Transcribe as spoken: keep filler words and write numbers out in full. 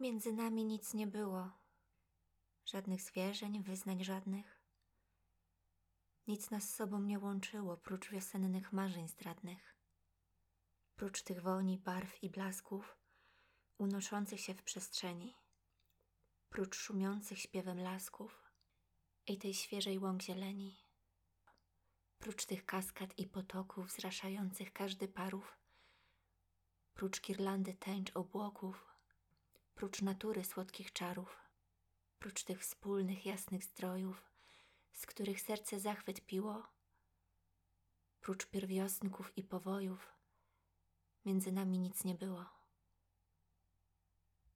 Między nami nic nie było. Żadnych zwierzeń, wyznań żadnych. Nic nas z sobą nie łączyło, prócz wiosennych marzeń zdradnych. Prócz tych woni, barw i blasków unoszących się w przestrzeni. Prócz szumiących śpiewem lasków i tej świeżej łąk zieleni. Prócz tych kaskad i potoków zraszających każdy parów. Prócz girlandy tęcz obłoków. Prócz natury słodkich czarów. Prócz tych wspólnych, jasnych zdrojów, z których serce zachwyt piło. Prócz pierwiosnków i powojów między nami nic nie było.